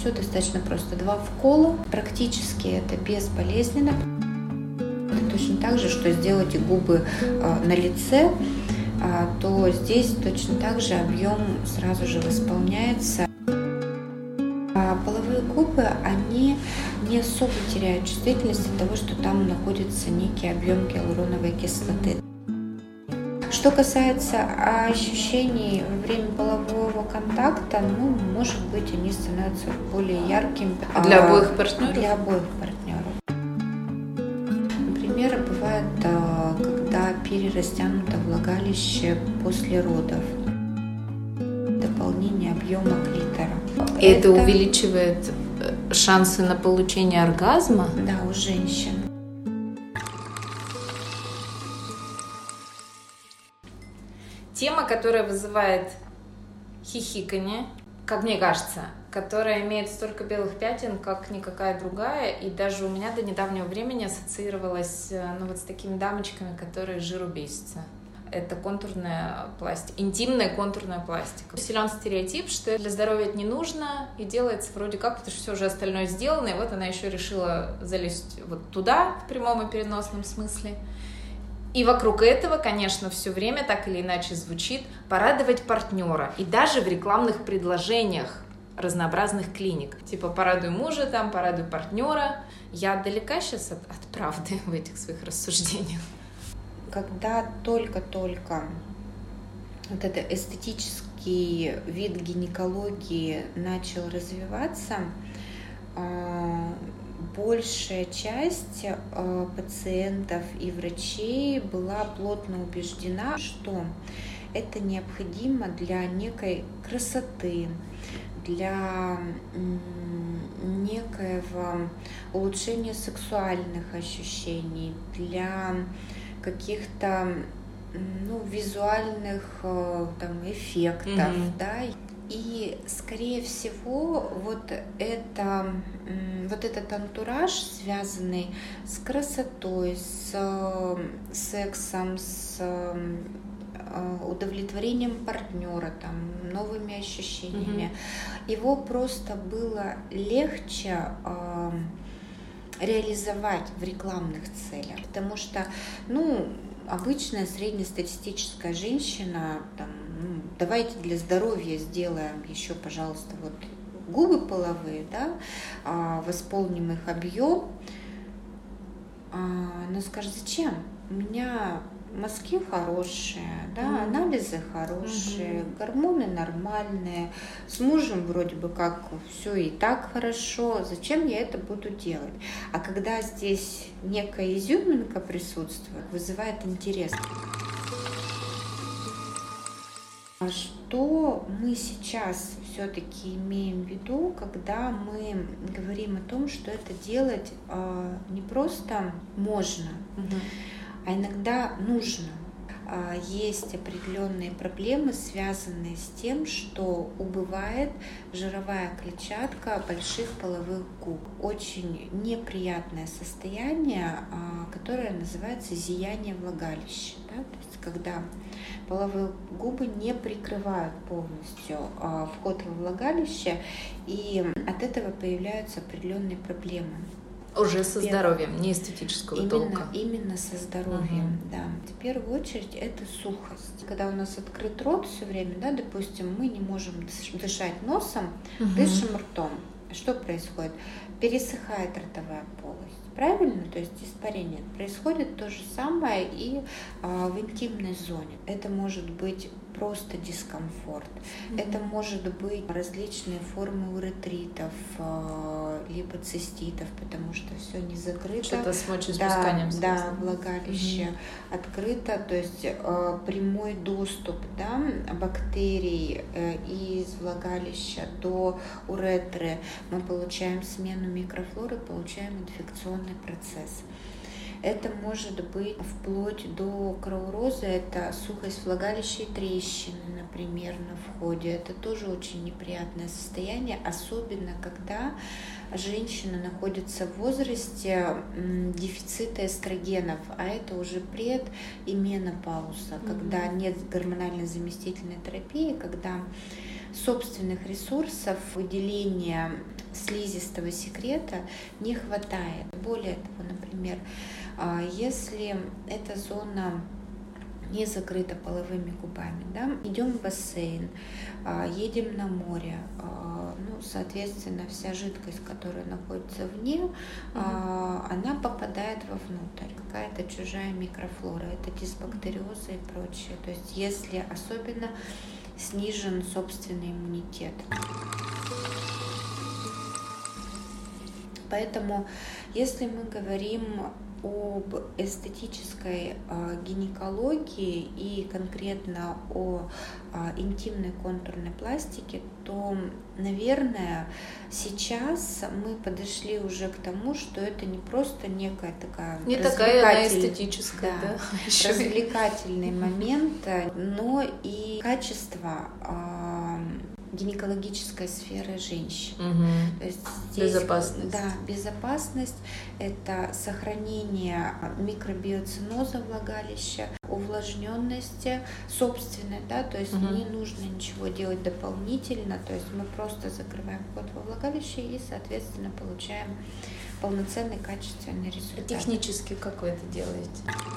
все достаточно просто. 2 вкола, практически это безболезненно. Это точно так же, что сделать губы на лице, то здесь точно так же объем сразу же восполняется. Половые губы, они не особо теряют чувствительность от того, что там находится некий объем гиалуроновой кислоты. Что касается ощущений во время полового контакта, может быть, они становятся более яркими. Для обоих партнеров? Для обоих партнеров. Например, бывает, когда перерастянуто влагалище после родов. Дополнение объема клитора. И это увеличивает шансы на получение оргазма? Да, у женщин. Тема, которая вызывает хихиканье, как мне кажется, которая имеет столько белых пятен, как никакая другая, и даже у меня до недавнего времени ассоциировалась с такими дамочками, которые жиру бесятся. Это контурная пластика, интимная контурная пластика. Силен стереотип, что для здоровья это не нужно, и делается вроде как, потому что все уже остальное сделано, и вот она еще решила залезть вот туда, в прямом и переносном смысле. И вокруг этого, конечно, все время так или иначе звучит порадовать партнера. И даже в рекламных предложениях разнообразных клиник. Типа порадуй мужа, порадуй партнера. Я далека сейчас от правды в этих своих рассуждениях. Когда только-только вот этот эстетический вид гинекологии начал развиваться, большая часть пациентов и врачей была плотно убеждена, что это необходимо для некой красоты, для некоего улучшения сексуальных ощущений, для каких-то визуальных эффектов, И, скорее всего, вот этот антураж, связанный с красотой, с сексом, с удовлетворением партнера, новыми ощущениями, его просто было легче реализовать в рекламных целях, потому что, обычная среднестатистическая женщина, давайте для здоровья сделаем еще, пожалуйста, вот губы половые, восполним их объем, она скажет, зачем? У меня мазки хорошие, анализы хорошие, гормоны нормальные, с мужем вроде бы как все и так хорошо, зачем я это буду делать? А когда здесь некая изюминка присутствует, вызывает интерес. Что мы сейчас все-таки имеем в виду, когда мы говорим о том, что это делать не просто можно, а иногда нужно. Есть определенные проблемы, связанные с тем, что убывает жировая клетчатка больших половых губ. Очень неприятное состояние, которое называется зияние влагалища. То есть, когда половые губы не прикрывают полностью вход во влагалище, и от этого появляются определенные проблемы. Уже со здоровьем, не эстетического толка. Именно со здоровьем, да. В первую очередь это сухость. Когда у нас открыт рот все время, допустим, мы не можем дышать носом, дышим ртом. Что происходит? Пересыхает ротовая полость. Правильно? То есть испарение. Происходит то же самое и в интимной зоне. Это может быть просто дискомфорт. Это может быть различные формы уретритов, либо циститов, потому что все не закрыто. Что-то с мочеиспусканием. Влагалище открыто, то есть прямой доступ бактерий из влагалища до уретры. Мы получаем смену микрофлоры, получаем инфекционный процесс. Это может быть вплоть до кровороза, это сухость влагалища и трещины, например, на входе. Это тоже очень неприятное состояние, особенно когда женщина находится в возрасте дефицита эстрогенов, а это уже пред- и менопауза, когда нет гормонально-заместительной терапии, когда собственных ресурсов выделения слизистого секрета не хватает. Более того, например, если эта зона не закрыта половыми губами, да, идем в бассейн, едем на море, соответственно, вся жидкость, которая находится вне, она попадает вовнутрь, какая-то чужая микрофлора, это дисбактериозы и прочее. То есть если особенно снижен собственный иммунитет. Поэтому, если мы говорим об эстетической гинекологии и конкретно о интимной контурной пластике, то, наверное, сейчас мы подошли уже к тому, что это не просто некая такая не такая она эстетическая, да, развлекательный момент, но и качество гинекологической сферы женщин. То есть здесь, безопасность. Да, безопасность — это сохранение микробиоциноза влагалища, увлажненности собственной, да, то есть не нужно ничего делать дополнительно, то есть мы просто закрываем вход во влагалище и, соответственно, получаем полноценный качественный результат. Технически как вы это делаете?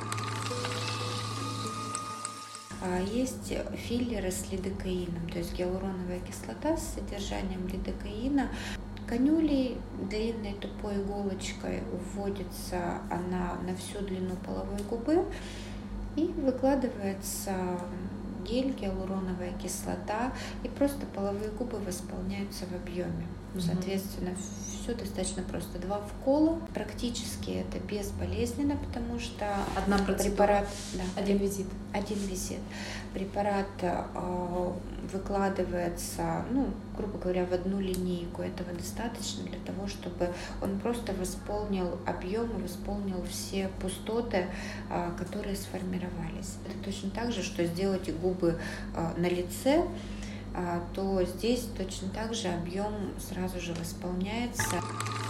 Есть филлеры с лидокаином, то есть гиалуроновая кислота с содержанием лидокаина. Канюлей длинной тупой иголочкой вводится она на всю длину половой губы и выкладывается гель, гиалуроновая кислота, и просто половые губы восполняются в объеме. Соответственно, все достаточно просто. 2 вкола. Практически это безболезненно, потому что одна процедура, препарат, один визит. Один визит. Препарат выкладывается, грубо говоря, в одну линейку. Этого достаточно для того, чтобы он просто восполнил объем и восполнил все пустоты, которые сформировались. Это точно так же, что сделать губы на лице, то здесь точно так же объем сразу же восполняется.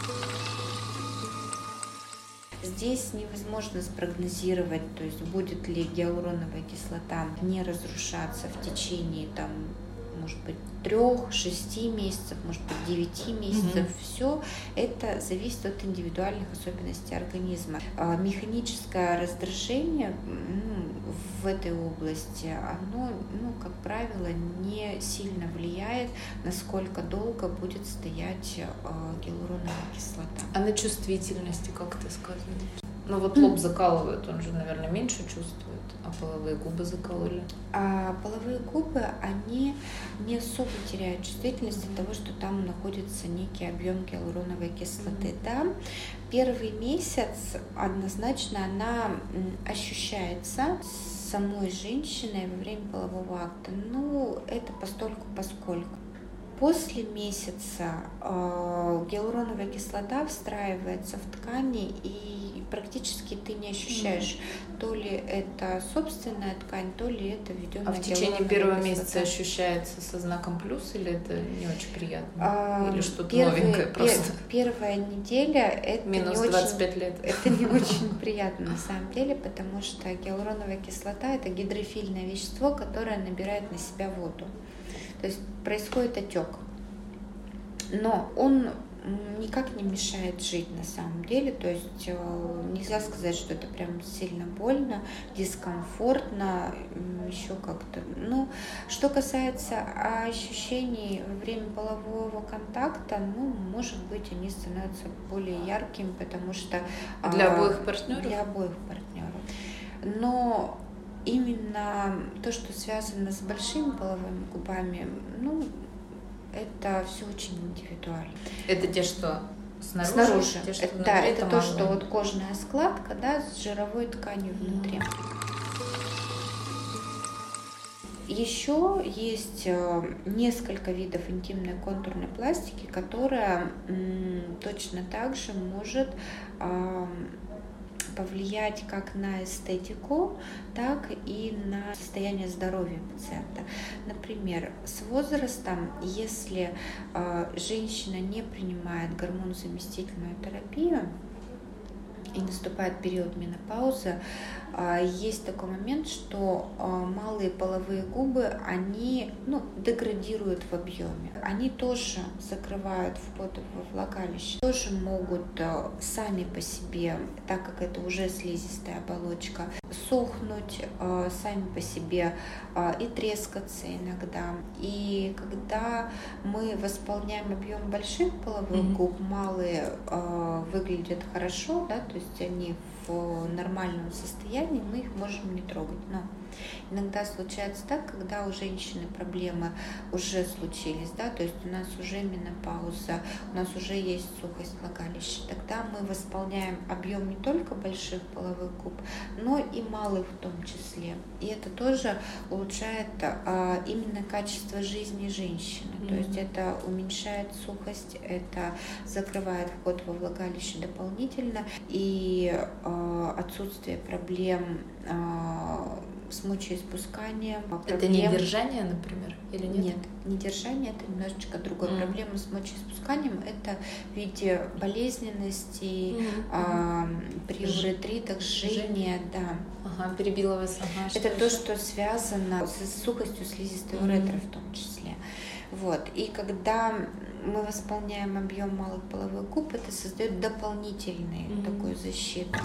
Здесь невозможно спрогнозировать, то есть будет ли гиалуроновая кислота не разрушаться в течение, может быть, 3-6 месяцев, может быть, 9 месяцев. Все это зависит от индивидуальных особенностей организма. Механическое раздражение в этой области, оно, как правило, не сильно влияет, насколько долго будет стоять гиалуроновая кислота. А на чувствительности как это сказано? Лоб закалывают, он же, наверное, меньше чувствует, а половые губы закололи. А половые губы, они не особо теряют чувствительность от того, что там находится некий объем гиалуроновой кислоты. Да? Первый месяц однозначно она ощущается самой женщиной во время полового акта. Это постольку-поскольку. После месяца гиалуроновая кислота встраивается в ткани, и практически ты не ощущаешь, то ли это собственная ткань, то ли это введенная. А в течение первого месяца ощущается со знаком плюс, или это не очень приятно? Или что-то новенькое просто? Первая неделя это минус 25 лет. Это не очень приятно на самом деле, потому что гиалуроновая кислота — это гидрофильное вещество, которое набирает на себя воду. То есть происходит отек, но он никак не мешает жить на самом деле. То есть нельзя сказать, что это прям сильно больно, дискомфортно, еще как-то. Что касается ощущений во время полового контакта, может быть, они становятся более яркими, потому что для обоих партнеров. Для обоих партнеров. Но именно то, что связано с большими половыми губами, это все очень индивидуально. Это те, что снаружи? Снаружи. Те, что это то, что кожная складка, с жировой тканью внутри. Еще есть несколько видов интимной контурной пластики, которая точно так же может повлиять как на эстетику, так и на состояние здоровья пациента. Например, с возрастом, если женщина не принимает гормонозаместительную терапию, и наступает период менопаузы, есть такой момент, что малые половые губы, они деградируют в объеме. Они тоже закрывают вход во влагалище, тоже могут сами по себе, так как это уже слизистая оболочка, сохнуть сами по себе и трескаться иногда. И когда мы восполняем объем больших половых губ, малые выглядят хорошо, да, то есть они в нормальном состоянии, мы их можем не трогать. Но иногда случается так, когда у женщины проблемы уже случились, да, то есть у нас уже менопауза, у нас уже есть сухость влагалища, тогда мы восполняем объем не только больших половых губ, но и малых в том числе. И это тоже улучшает именно качество жизни женщины. То есть это уменьшает сухость, это закрывает вход во влагалище дополнительно, и отсутствие проблем с мочеиспусканием. Это не держание, например, или нет? Нет, не держание, это немножечко другое. Проблема с мочеиспусканием — это в виде болезненности, при уретритах, жжения, да. Ага, перебила вас. Ага, это то, что связано с сухостью слизистой уретры в том числе. Вот. И когда мы восполняем объем малых половых губ, это создает дополнительную такую защиту.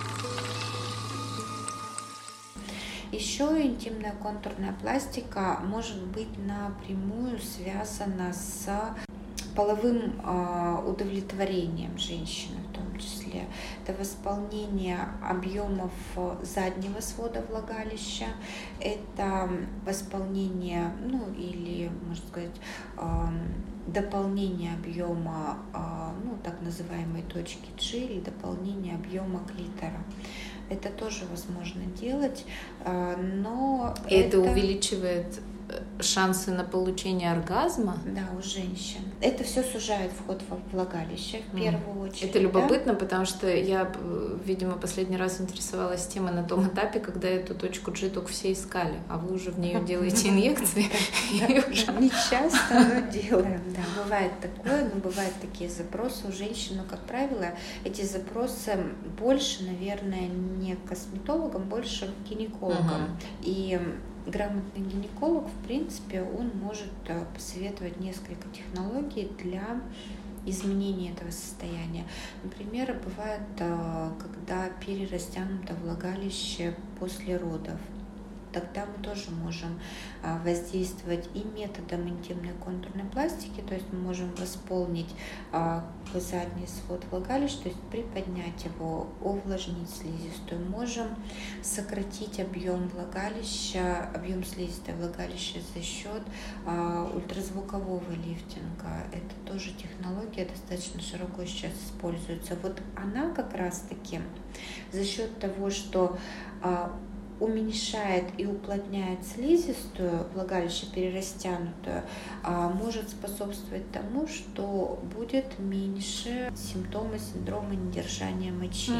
Еще интимная контурная пластика может быть напрямую связана с половым удовлетворением женщины в том числе. Это восполнение объемов заднего свода влагалища, это восполнение, или, можно сказать, дополнение объема, так называемой точки G, или дополнение объема клитора. Это тоже возможно делать, но это увеличивает шансы на получение оргазма? Да, у женщин. Это все сужает вход во влагалище в первую очередь. Это любопытно, потому что я, видимо, последний раз интересовалась темой на том этапе, когда эту точку G только все искали, а вы уже в нее делаете инъекции. Не часто, но делаем. Да, бывает такое, но бывают такие запросы у женщин, но, как правило, эти запросы больше, наверное, не к косметологам, больше к гинекологам. И грамотный гинеколог, в принципе, он может посоветовать несколько технологий для изменения этого состояния. Например, бывает, когда перерастянуто влагалище после родов. Тогда мы тоже можем воздействовать и методом интимной контурной пластики, то есть мы можем восполнить задний свод влагалища, то есть приподнять его, увлажнить слизистую. Можем сократить объем влагалища, объем слизистой влагалища за счет ультразвукового лифтинга. Это тоже технология, достаточно широко сейчас используется. Вот она как раз-таки за счет того, что уменьшает и уплотняет слизистую, влагалище перерастянутую, может способствовать тому, что будет меньше симптомы синдрома недержания мочи.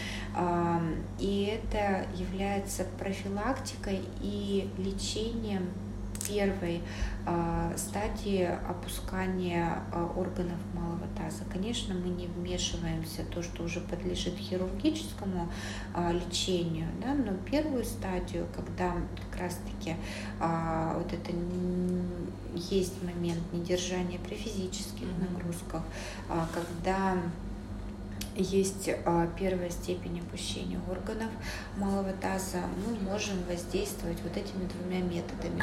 И это является профилактикой и лечением первой стадии опускания органов малого таза. Конечно, мы не вмешиваемся в то, что уже подлежит хирургическому лечению, да, но первую стадию, когда как раз-таки вот это есть момент недержания при физических нагрузках, когда есть первая степень опущения органов малого таза, мы можем воздействовать вот этими двумя методами.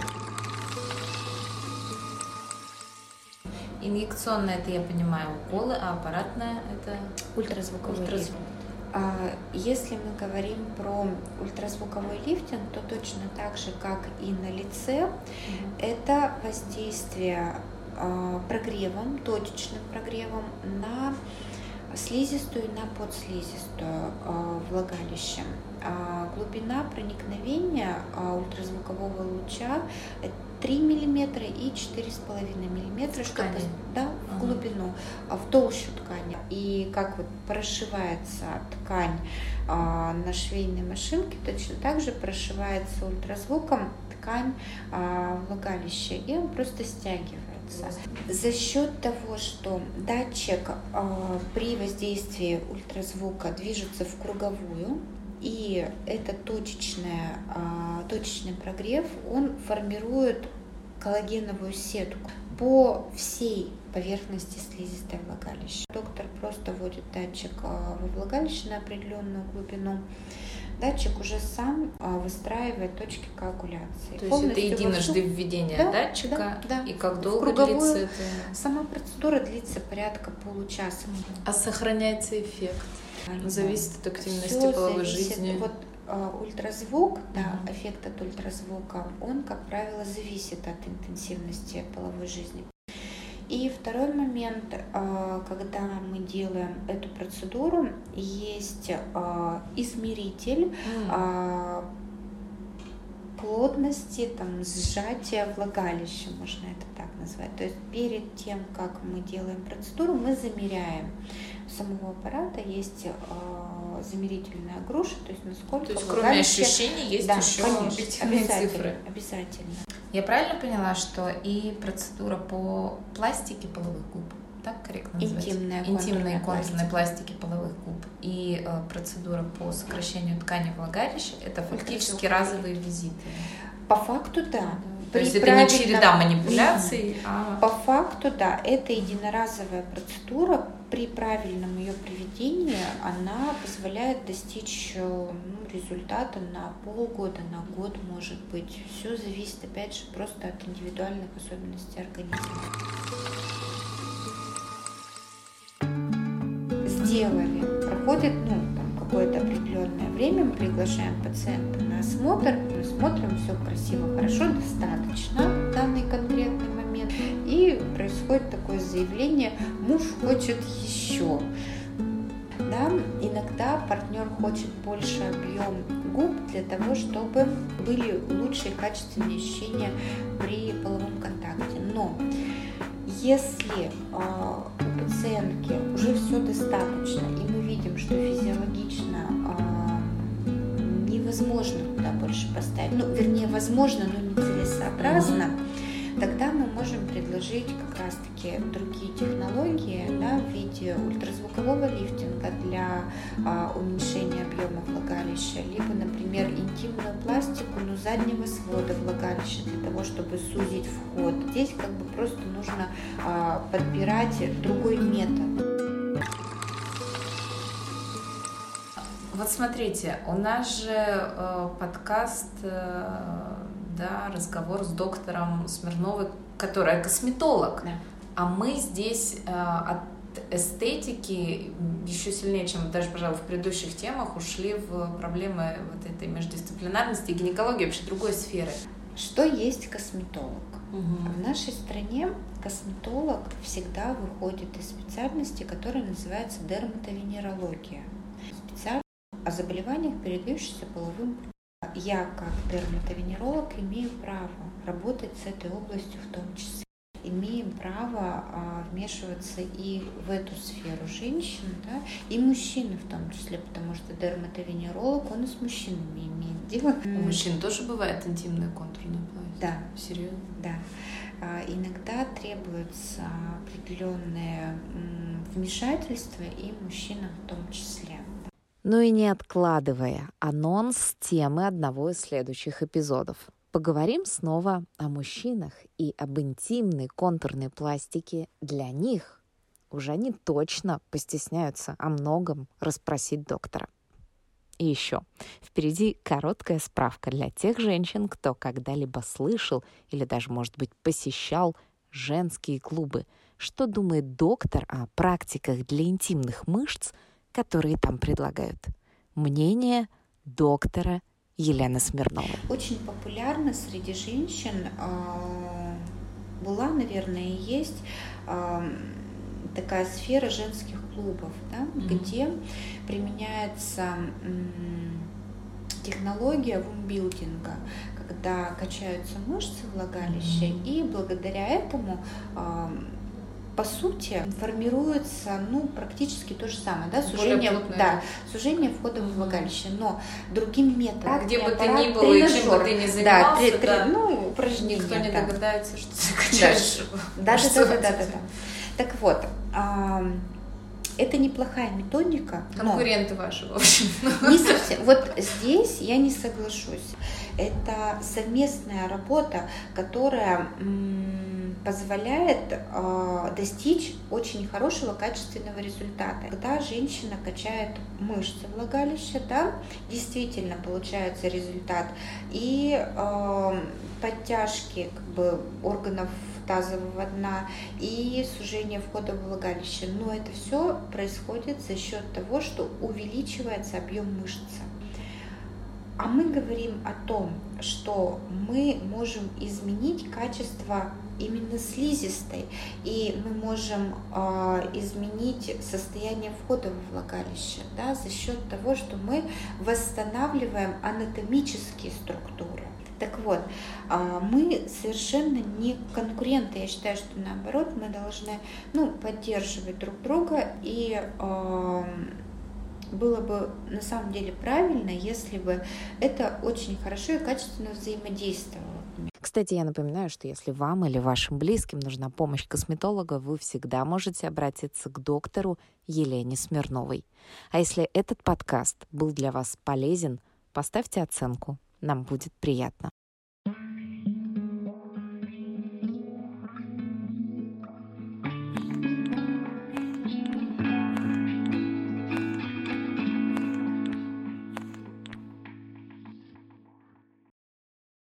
Инъекционная — это, я понимаю, уколы, а аппаратная — это ультразвуковой лифтинг. Если мы говорим про ультразвуковой лифтинг, то точно так же, как и на лице, это воздействие прогревом, точечным прогревом на слизистую и на подслизистую влагалища. Глубина проникновения ультразвукового луча 3 мм и 4,5 мм, чтобы, да, в глубину, в толщу ткани. И как вот прошивается ткань на швейной машинке, точно так же прошивается ультразвуком ткань влагалища, и он просто стягивается. двигаться? За счет того, что датчик при воздействии ультразвука движется в круговую, и это точечный прогрев, он формирует коллагеновую сетку по всей поверхности слизистой влагалища. Доктор просто вводит датчик во влагалище на определенную глубину. Датчик уже сам выстраивает точки коагуляции. То есть это единожды введение датчика, да. И как долго длится это? Сама процедура длится порядка получаса. А сохраняется эффект? Зависит от активности половой жизни. Вот ультразвук, эффект от ультразвука, он, как правило, зависит от интенсивности половой жизни. И второй момент, когда мы делаем эту процедуру, есть измеритель плотности, сжатия влагалища, можно это так назвать. То есть перед тем, как мы делаем процедуру, мы замеряем. У самого аппарата есть замерительная груша, то есть насколько То есть кроме ощущений есть еще объективные цифры. Обязательно. Я правильно поняла, что и процедура по пластике половых губ, так корректно называется? Интимной контурной пластики половых губ и процедура по сокращению ткани влагалища – это фактически разовые визиты? По факту, да. То есть это не череда манипуляций, По факту, да, это единоразовая процедура. При правильном ее проведении она позволяет достичь результата на полгода, на год, может быть. Все зависит, опять же, просто от индивидуальных особенностей организма. Сделали, проходит какое-то определенное время, мы приглашаем пациента на осмотр, мы смотрим, все красиво, хорошо, достаточно в данный конкретный момент, и происходит такое заявление: муж хочет еще. Да? Иногда партнер хочет больше объем губ для того, чтобы были лучшие качественные ощущения при половом контакте. Но если у пациентки уже все достаточно, и мы видим, что физиологично невозможно туда больше поставить, возможно, но нецелесообразно, тогда мы можем предложить как раз-таки другие технологии, в виде ультразвукового лифтинга для уменьшения объема влагалища, либо, например, интимную пластику, заднего свода влагалища для того, чтобы сузить вход. Здесь просто нужно подбирать другой метод. Вот смотрите, у нас же подкаст, разговор с доктором Смирновой, которая косметолог. Да. А мы здесь от эстетики еще сильнее, чем даже, пожалуй, в предыдущих темах, ушли в проблемы вот этой междисциплинарности и гинекологии, вообще другой сферы. Что есть косметолог? В нашей стране косметолог всегда выходит из специальности, которая называется дерматовенерология. Специальность о заболеваниях, передающихся половым путем. Я, как дерматовенеролог, имею право работать с этой областью в том числе. Имеем право вмешиваться и в эту сферу женщин, и мужчины в том числе, потому что дерматовенеролог, он и с мужчинами имеет дело. У мужчин тоже бывает интимная контурная пластика? Да. Серьезно? Да. Иногда требуется определенное вмешательство, и мужчинам в том числе. Ну и не откладывая анонс темы одного из следующих эпизодов. Поговорим снова о мужчинах и об интимной контурной пластике для них. Уже они точно постесняются о многом расспросить доктора. И еще, впереди короткая справка для тех женщин, кто когда-либо слышал или даже, может быть, посещал женские клубы. Что думает доктор о практиках для интимных мышц, которые там предлагают? Мнение доктора Елены Смирновой. Очень популярна среди женщин была, наверное, и есть такая сфера женских клубов, где применяется технология вумбилдинга, когда качаются мышцы влагалища, и благодаря этому по сути формируется практически то же самое, да, сужение входа в влагалище, но другим методом. Где бы ты ни был и чем бы ты ни занимался, упражнения. Никто не догадается, что ты качаешь. Да. Так вот, это неплохая методика. Конкуренты ваши, в общем. Не совсем. Вот здесь я не соглашусь. Это совместная работа, которая позволяет достичь очень хорошего качественного результата. Когда женщина качает мышцы влагалища, да, действительно получается результат. И подтяжки органов тазового дна и сужение входа в влагалище. Но это все происходит за счет того, что увеличивается объем мышцы. А мы говорим о том, что мы можем изменить качество именно слизистой, и мы можем изменить состояние входа во влагалище, да, за счет того, что мы восстанавливаем анатомические структуры. Так вот, мы совершенно не конкуренты. Я считаю, что наоборот, мы должны поддерживать друг друга, и было бы на самом деле правильно, если бы это очень хорошо и качественно взаимодействовало. Кстати, я напоминаю, что если вам или вашим близким нужна помощь косметолога, вы всегда можете обратиться к доктору Елене Смирновой. А если этот подкаст был для вас полезен, поставьте оценку. Нам будет приятно.